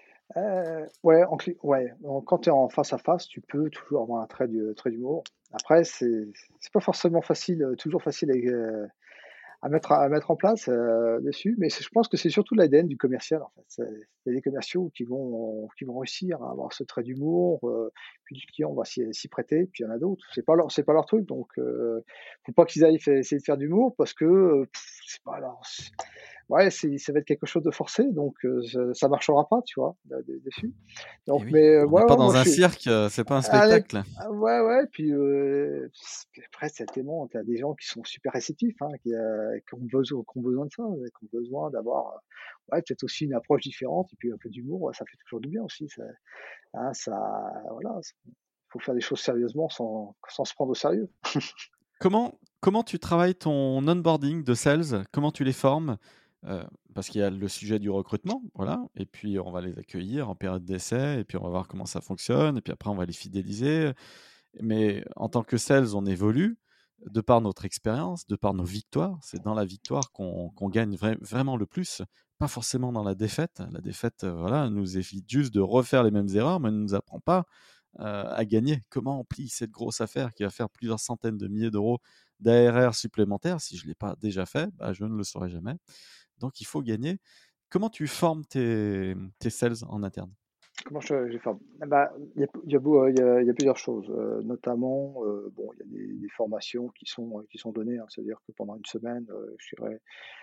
Euh, ouais, en cli- ouais. En- quand tu es en face à face, tu peux toujours avoir un trait du- trait d'humour. Après, c'est c'est pas forcément facile, euh, toujours facile à, euh, à mettre à mettre en place, heu, dessus. Mais c'est je pense que c'est surtout l'A D N du commercial, en fait. C'est il y a des commerciaux qui vont qui vont réussir à avoir ce trait d'humour, heu, puis le client va s'y s'y prêter, puis il y en a d'autres, c'est pas leur c'est pas leur truc, donc heu, faut pas qu'ils aillent fai essayer de faire d'humour parce que, heu, c'est pas leur c ouais, c'est ça va être quelque chose de forcé, donc heu, ça ça marchera pas, tu vois, de de dessus. Donc Et oui, mais heu, on n'est ouais, pas ouais, moi dans je un suis cirque, heu, c'est pas un allez, spectacle. ah ouais, ouais, puis, heu, puis après c'est tellement tu as des gens qui sont super réceptifs, hein, qui, heu, qui ont besoin qui ont besoin de ça, ouais, qui ont besoin d'avoir, heu, ouais, peut-être aussi une approche différente et puis un peu d'humour, ouais, ça fait toujours du bien aussi, ça hein, ça voilà, il faut faire des choses sérieusement sans sans se prendre au sérieux. Comment comment tu travailles ton onboarding de sales? Comment tu les formes? Heu, parce qu'il y a le sujet du recrutement, voilà, et puis on va les accueillir en période d'essai et puis on va voir comment ça fonctionne et puis après on va les fidéliser. Mais en tant que sales, on évolue de par notre expérience, de par nos victoires. C'est dans la victoire qu'on qu'on gagne vrai vraiment le plus, pas forcément dans la défaite. La défaite, heu, voilà, nous évite juste de refaire les mêmes erreurs, mais ne nous apprend pas, heu, à gagner. Comment on plie cette grosse affaire qui va faire plusieurs centaines de milliers d'euros d'A R R supplémentaires? Si je ne l'ai pas déjà fait, bah, je ne le saurai jamais. Donc il faut gagner. Comment tu formes tes, tes sales en interne? Comment je je forme? Ah bah, il y a il y a beau il y a il y a plusieurs choses, heu, notamment, heu, bon, il y a des des formations qui sont, qui sont données, hein. C'est-à-dire que pendant une semaine, heu, je dirais,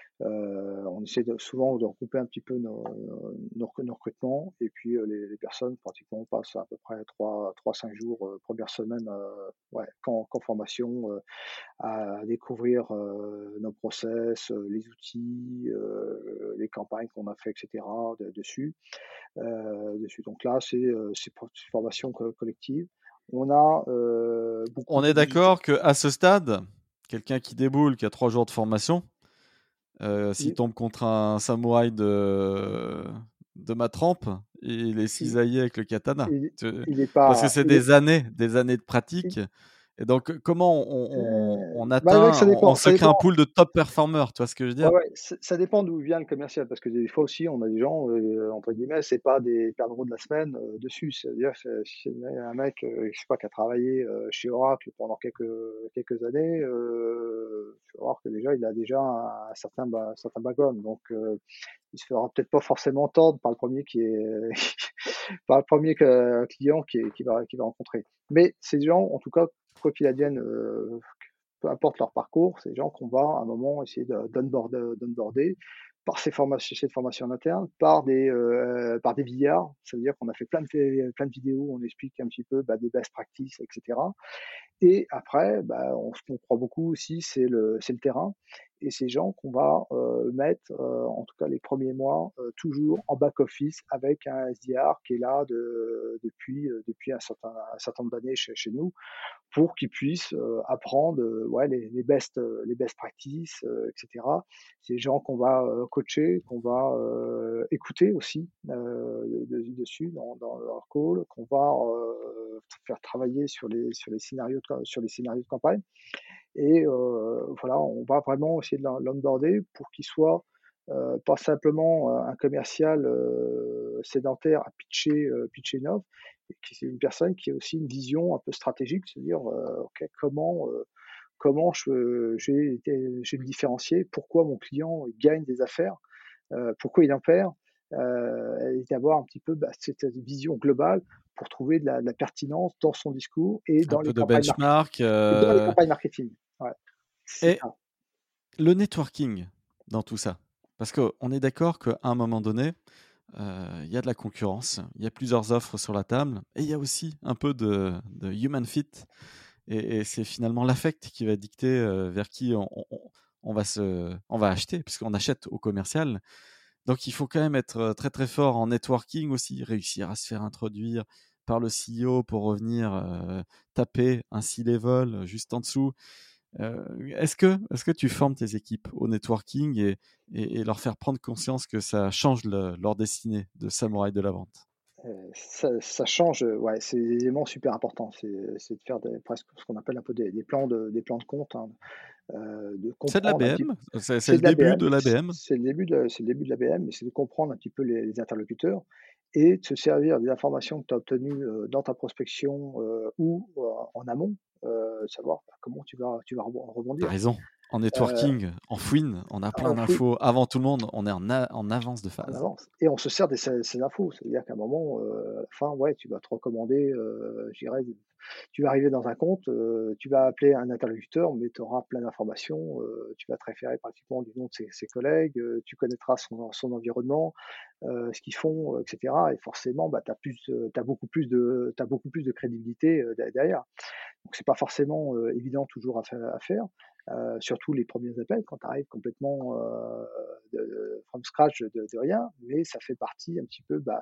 heu, on essaie de souvent de regrouper un petit peu nos nos recru nos recrutements et puis, heu, les les personnes pratiquement passent à peu près trois trois cinq jours, heu, première semaine, heu, ouais, qu'en qu'en formation, heu, à découvrir, heu, nos process, heu, les outils, heu, les campagnes qu'on a fait et cetera de dessus. Heu, dessus. Donc là, c'est, heu, c'est pour c'est formation co collective. On a, heu, beaucoup On de est digita d'accord qu'à ce stade, quelqu'un qui déboule, qui a trois jours de formation, heu, s'il i tombe contre un samouraï de de ma trempe, il est i cisaillé avec le katana. il Tu il est parce que pas c'est il est des années, des années de il pratique et donc comment on on heu, on bah, ouais, atteint ça on on dépend se ça crée un dépend pool de top performers, tu vois ce que je veux ouais, dire? ouais, ç ça dépend d'où vient le commercial parce que des fois aussi, on a des gens, heu, entre guillemets, c'est pas des perdreaux de la semaine, heu, dessus. C'est-à-dire que c'est un mec, heu, je sais pas, qui a travaillé, heu, chez Oracle pendant quelques quelques années, heu, tu vas voir que déjà, il a déjà un certain ba certain background donc heu, il se fera peut-être pas forcément tordre par le premier qui est par le premier que client qui est qui va qu'il va rencontrer. Mais ces gens, en tout cas, quoi qu'il advienne, heu, peu importe leur parcours, c'est des gens qu'on va à un moment essayer de d'onboard d'onboarder par ces formations cette formation en interne, par des, heu, par des billards. Ça veut dire qu'on a fait plein de vé plein de vidéos, où on explique un petit peu, bah, des best practices et cetera. Et après, bah, on ce qu'on croit beaucoup aussi, c'est le c'est le terrain et ces gens qu'on va, heu, mettre, heu, en tout cas les premiers mois, heu, toujours en back office avec un S D R qui est là de depuis, heu, depuis un certain un certain nombre d'années chez chez nous pour qu'ils puissent, heu, apprendre, heu, ouais, les les best, heu, les best practices, heu, et cetera. C'est des gens qu'on va, heu, coacher, qu'on va, heu, écouter aussi, heu, de dessus dans dans leur call, qu'on va, heu, faire travailler sur les sur les scénarios de cam sur les scénarios de campagne et heu, voilà, on va vraiment essayer de l'on l'onboarder pour qu'il soit, heu, pas simplement, heu, un commercial, heu, sédentaire à pitcher, heu, pitcher une offre, et qui c'est une personne qui a aussi une vision un peu stratégique, c'est-à-dire, heu, OK, comment, heu, comment je j'ai été je vais me différencier? Pourquoi mon client il gagne des affaires? Heu, pourquoi il en perd? Heu et d'avoir un petit peu, bah, cette vision globale pour trouver de la de la pertinence dans son discours et Un dans les peu de campagnes market benchmark, et dans les heu campagnes marketing. Ouais, c'est et ça. le networking dans tout ça? Parce qu'on est d'accord qu'à un moment donné, Heu, il y a de la concurrence, il y a plusieurs offres sur la table et il y a aussi un peu de de human fit et et c'est finalement l'affect qui va dicter, heu, vers qui on on on on va se on va acheter puisqu'on achète au commercial. Donc il faut quand même être, heu, très, très fort en networking aussi, réussir à se faire introduire par le C E O pour revenir, heu, taper un C-level juste en dessous. Heu, est-ce que est-ce que tu formes tes équipes au networking et et et leur faire prendre conscience que ça change le leur destinée de samouraï de la vente? Heu, ça ça change, heu, ouais, c'est des éléments super importants. C'est c'est de faire des presque ce qu'on appelle un peu des des plans de des plans de compte, hein, heu, de C'est de comprendre un petit l'A B M, c'est c'est c'est le de la début l'A B M, de c l'A B M. c'est le début de c'est le début de l'A B M, mais c'est de comprendre un petit peu les les interlocuteurs et de se servir des informations que tu as obtenues, heu, dans ta prospection, heu, ou, heu, en amont, heu, savoir, bah, comment tu vas tu vas rebon Tu as rebondir. raison. En Euh, networking, on fouine, on a plein on fouille d'infos avant tout le monde, on est en, a- en avance de en phase. avance et on se sert de ces, ces infos. C'est-à-dire qu'à un moment, euh, à la fin, ouais, tu vas te recommander, euh, je dirais, tu vas arriver dans un compte, euh, tu vas appeler un interlocuteur, mais tu auras plein d'informations, euh, tu vas te référer pratiquement du nom de ses, ses collègues, euh, tu connaîtras son, son environnement, euh, ce qu'ils font, euh, et cetera. Et forcément, bah, tu as plus, euh, t'as beaucoup plus de, t'as beaucoup plus de crédibilité euh, derrière. Donc c'est pas forcément euh, évident toujours à, fa- à faire, euh, surtout les premiers appels quand tu arrives complètement euh, de, de- from scratch de, de rien, mais ça fait partie un petit peu bah,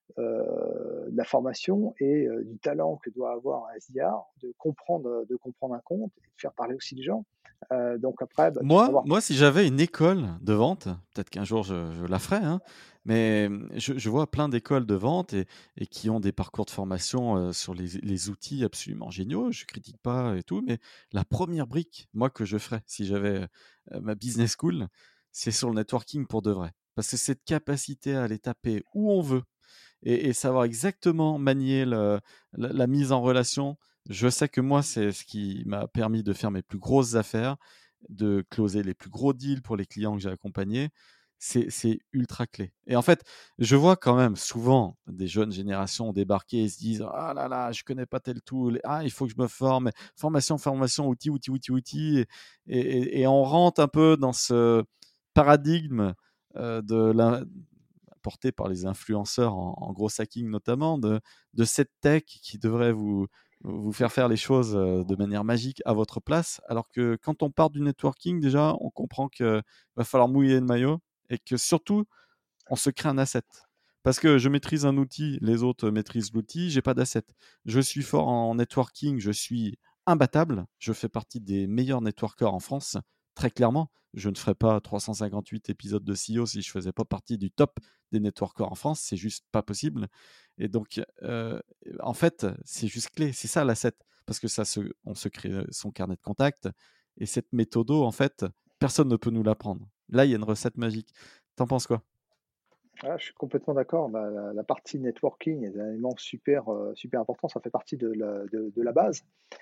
euh, de la formation et euh, du talent que doit avoir un S D R de comprendre, de comprendre un compte et de faire parler aussi les gens. Euh, donc après, bah, tu vas Moi, avoir. moi, si j'avais une école de vente, peut-être qu'un jour je, je la ferai, hein, mais mmh, je, je vois plein d'écoles de vente et, et qui ont des parcours de formation euh, sur les, les outils absolument géniaux. Je critique pas et tout, mais la première brique, moi, que je ferais si j'avais euh, ma business school, c'est sur le networking pour de vrai. Parce que cette capacité à aller taper où on veut, et, et savoir exactement manier le- la, la mise en relation. Je sais que moi, c'est ce qui m'a permis de faire mes plus grosses affaires, de closer les plus gros deals pour les clients que j'ai accompagnés. C'est, c'est ultra clé. Et en fait, je vois quand même souvent des jeunes générations débarquer et se disent ah là là, je connais pas tel tool, ah il faut que je me forme, formation, formation, outils, outils, outils, outils, et, et, et on rentre un peu dans ce paradigme euh, de la, porté par les influenceurs en, en gros hacking notamment, de, de cette tech qui devrait vous, vous faire faire les choses euh, de manière magique à votre place. Alors que quand on part du networking, déjà, on comprend qu'il va falloir mouiller le maillot et que surtout, on se crée un asset. Parce que je maîtrise un outil, les autres maîtrisent l'outil, j'ai pas d'asset. Je suis fort en networking, je suis imbattable, je fais partie des meilleurs networkers en France, très clairement. Je ne ferais pas trois cent cinquante-huit épisodes de C E O si je faisais pas partie du top des networkers en France, c'est juste pas possible. Et donc, euh, en fait, c'est juste clé, c'est ça l'asset, parce que ça se, on se crée son carnet de contact, et cette méthode, en fait, personne ne peut nous l'apprendre. Là, il y a une recette magique. T'en penses quoi? Ah, je suis complètement d'accord. Bah, la, la partie networking est un élément super, euh, super important. Ça fait partie de la, de, de la base.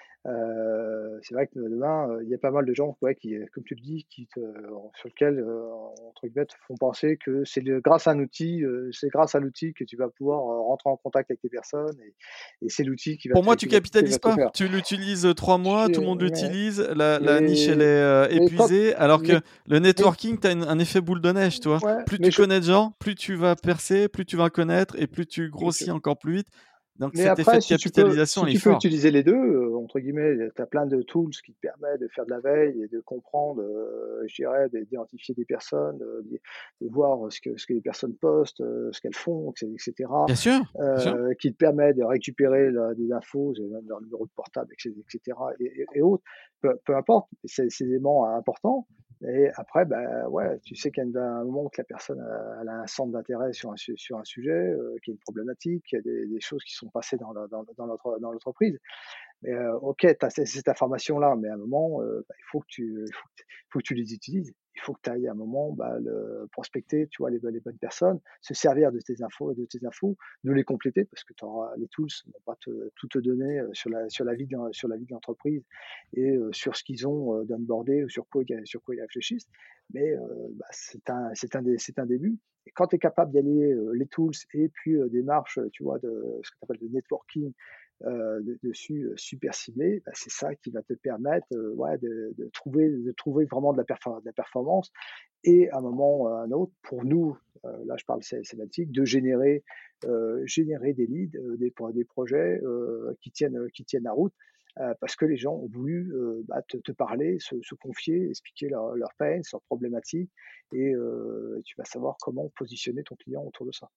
Euh, c'est vrai que demain, euh, il y a pas mal de gens, ouais, qui, euh, comme tu le dis, qui te, sur lequel, euh, entre guillemets, te font penser que c'est le- grâce à un outil, euh, c'est grâce à l'outil que tu vas pouvoir euh, rentrer en contact avec les personnes et, et c'est l'outil qui va Pour te, moi, qui tu va, qui capitalises va tout pas. faire. Tu l'utilises trois mois, tout le Je- monde mais, l'utilise, la, la niche elle est mais, euh, mais quand, épuisée, alors que mais, le mais, networking, tu as un effet boule de neige, tu vois. ouais, Plus mais tu je, connais de gens, plus tu vas percer, plus tu vas connaître et plus tu grossis encore plus vite. Donc Mais cet effet après, de si tu peux, capitalisation, si il est tu peux fort. utiliser les deux, euh, entre guillemets, tu as plein de tools qui te permettent de faire de la veille et de comprendre, euh, je dirais, d'identifier des personnes, euh, de voir ce que, ce que les personnes postent, euh, ce qu'elles font, et cetera. Bien sûr, bien sûr. Euh, qui te permet de récupérer là, des infos, même leur numéro de portable, et cetera. Et, et, et autres. Peu, peu importe, c'est c'est des éléments importants. Et après, ben ouais, tu sais qu'il y a un moment que la personne a, elle a un centre d'intérêt sur un, su- sur un sujet, euh, qu'il y a une problématique, qu'il y a des, des choses qui sont passées dans, la- dans, dans notre- dans l'entreprise. Mais euh, ok, tu as cette information-là, mais à un moment, euh, bah, il faut que tu, il faut que, faut que tu les utilises. Il faut que tu ailles à un moment bah, le, prospecter, tu vois, les, les bonnes personnes, se servir de tes infos, de tes infos, de les compléter parce que auras, les tools ne vont pas te, tout te donner euh, sur la, sur la vie de, sur la vie de l'entreprise et euh, sur ce qu'ils ont euh, d'onboardé ou sur quoi, ils- sur quoi ils réfléchissent. Mais euh, bah, c'est un, c'est un, dé- c'est un début. Et quand tu es capable d'y aller, euh, les tools et puis euh, des marches, tu vois, de ce que tu appelles de networking, euh, de- dessus euh, super ciblé, bah, c'est ça qui va te permettre euh, ouais, de, de trouver, de trouver vraiment de la, perfor- de la performance et à un moment ou à un autre, pour nous, euh, là je parle sé- sémantique, de générer, euh, générer des leads, euh, des, pro- des projets euh, qui, tiennent, qui tiennent la route. euh, parce que les gens ont voulu euh, bah, te, te parler, se, se confier, expliquer leurs leur peines, leurs problématiques, et euh, tu vas savoir comment positionner ton client autour de ça.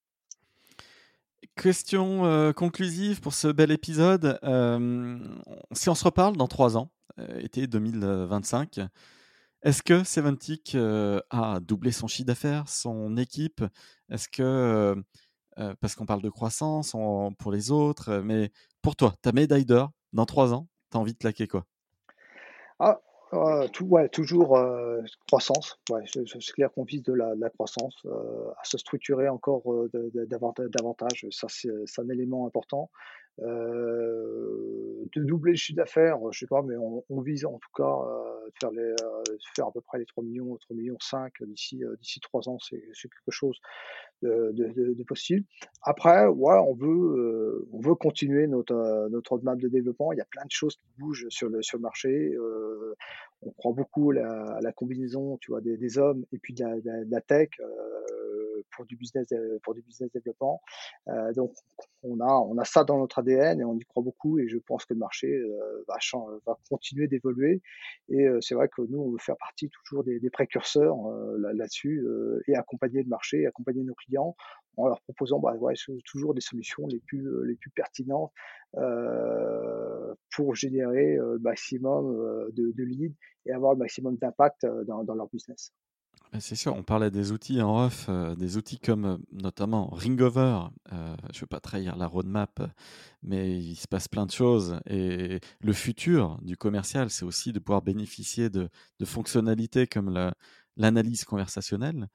Question euh, conclusive pour ce bel épisode. Euh, si on se reparle dans trois ans, euh, été deux mille vingt-cinq, est-ce que Seventic euh, a doublé son chiffre d'affaires, son équipe? Est-ce que, euh, euh, parce qu'on parle de croissance on- pour les autres, euh, mais pour toi, ta médaille d'or, dans trois ans, t'as envie de claquer quoi? Ah, euh, tout, ouais, toujours euh, croissance. Ouais, c'est c'est clair qu'on vise de la, de la croissance, euh, à se structurer encore euh, de- de- davanta- davantage. Ça, c'est c'est un élément important. Euh, de doubler le chiffre d'affaires, je sais pas, mais on, on vise en tout cas de faire, les, euh, de faire à peu près les trois millions, trois millions cinq d'ici euh, d'ici trois ans, c'est c'est quelque chose de, de, de, de possible. Après, ouais, on veut, euh, on veut continuer notre, euh, notre roadmap de développement. Il y a plein de choses qui bougent sur le, sur le marché. Euh, on croit beaucoup à la, à la combinaison, tu vois, des, des hommes et puis de la, de la, de la tech euh, pour du business, pour du business développement. Euh, donc, on a, on a ça dans notre A D N et on y croit beaucoup. Et je pense que le marché euh, va, va continuer d'évoluer. Et euh, c'est vrai que nous, on veut faire partie toujours des, des précurseurs euh, là, là-dessus euh, et accompagner le marché, accompagner nos clients en leur proposant bah, ouais, toujours des solutions les plus, les plus pertinentes euh, pour générer euh, le maximum euh, de, de leads et avoir le maximum d'impact euh, dans, dans leur business. C'est sûr, on parlait des outils en off, euh, des outils comme euh, notamment Ringover. Euh, je ne veux pas trahir la roadmap, mais il se passe plein de choses. Et le futur du commercial, c'est aussi de pouvoir bénéficier de, de fonctionnalités comme la, l'analyse conversationnelle.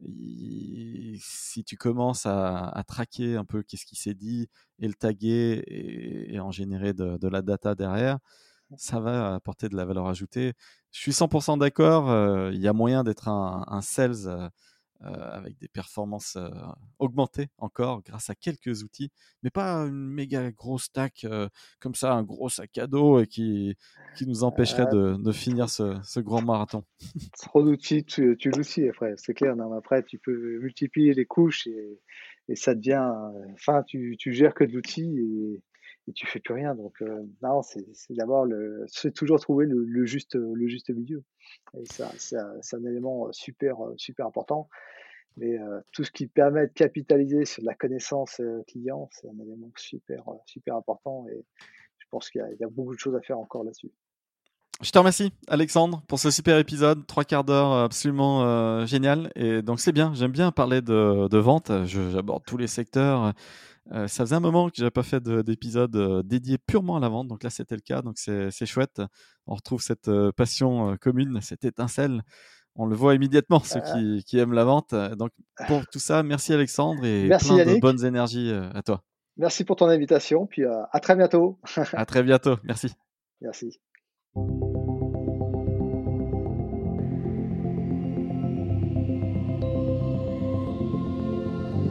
Et si tu commences à, à traquer un peu qu'est-ce qui s'est dit et le taguer et, et en générer de, de la data derrière, ça va apporter de la valeur ajoutée. Je suis cent pour cent d'accord. Euh, il y a moyen d'être un, un sales euh, euh, avec des performances euh, augmentées encore grâce à quelques outils, mais pas une méga grosse stack euh, comme ça, un gros sac à dos et qui, qui nous empêcherait Euh, de, de finir ce, ce grand marathon. Trop d'outils, tu, tu l'outil après, c'est clair. Non, après, tu peux multiplier les couches et, et ça devient. Enfin, tu, tu gères que de l'outil et, et tu fais plus rien. Donc, euh, non, c'est c'est d'abord le, c'est toujours trouver le, le juste, le juste milieu. Et ça, c'est un, c'est un élément super, super important. Mais euh, tout ce qui permet de capitaliser sur la connaissance euh, client, c'est un élément super, euh, super important. Et je pense qu'il y a, il y a beaucoup de choses à faire encore là-dessus. Je te remercie, Alexandre, pour ce super épisode. Trois quarts d'heure absolument euh, génial. Et donc, c'est bien. J'aime bien parler de, de vente. Je, j'aborde tous les secteurs. Euh, ça faisait un moment que j'avais pas fait de, d'épisode euh, dédié purement à la vente. Donc là, c'était le cas. Donc, c'est, c'est chouette. On retrouve cette euh, passion euh, commune, cette étincelle. On le voit immédiatement, ceux Euh, qui, qui aiment la vente. Donc, pour tout ça, merci, Alexandre, et merci plein de Yannick. bonnes énergies euh, à toi. Merci pour ton invitation. Puis euh, à très bientôt. À très bientôt. Merci. Merci.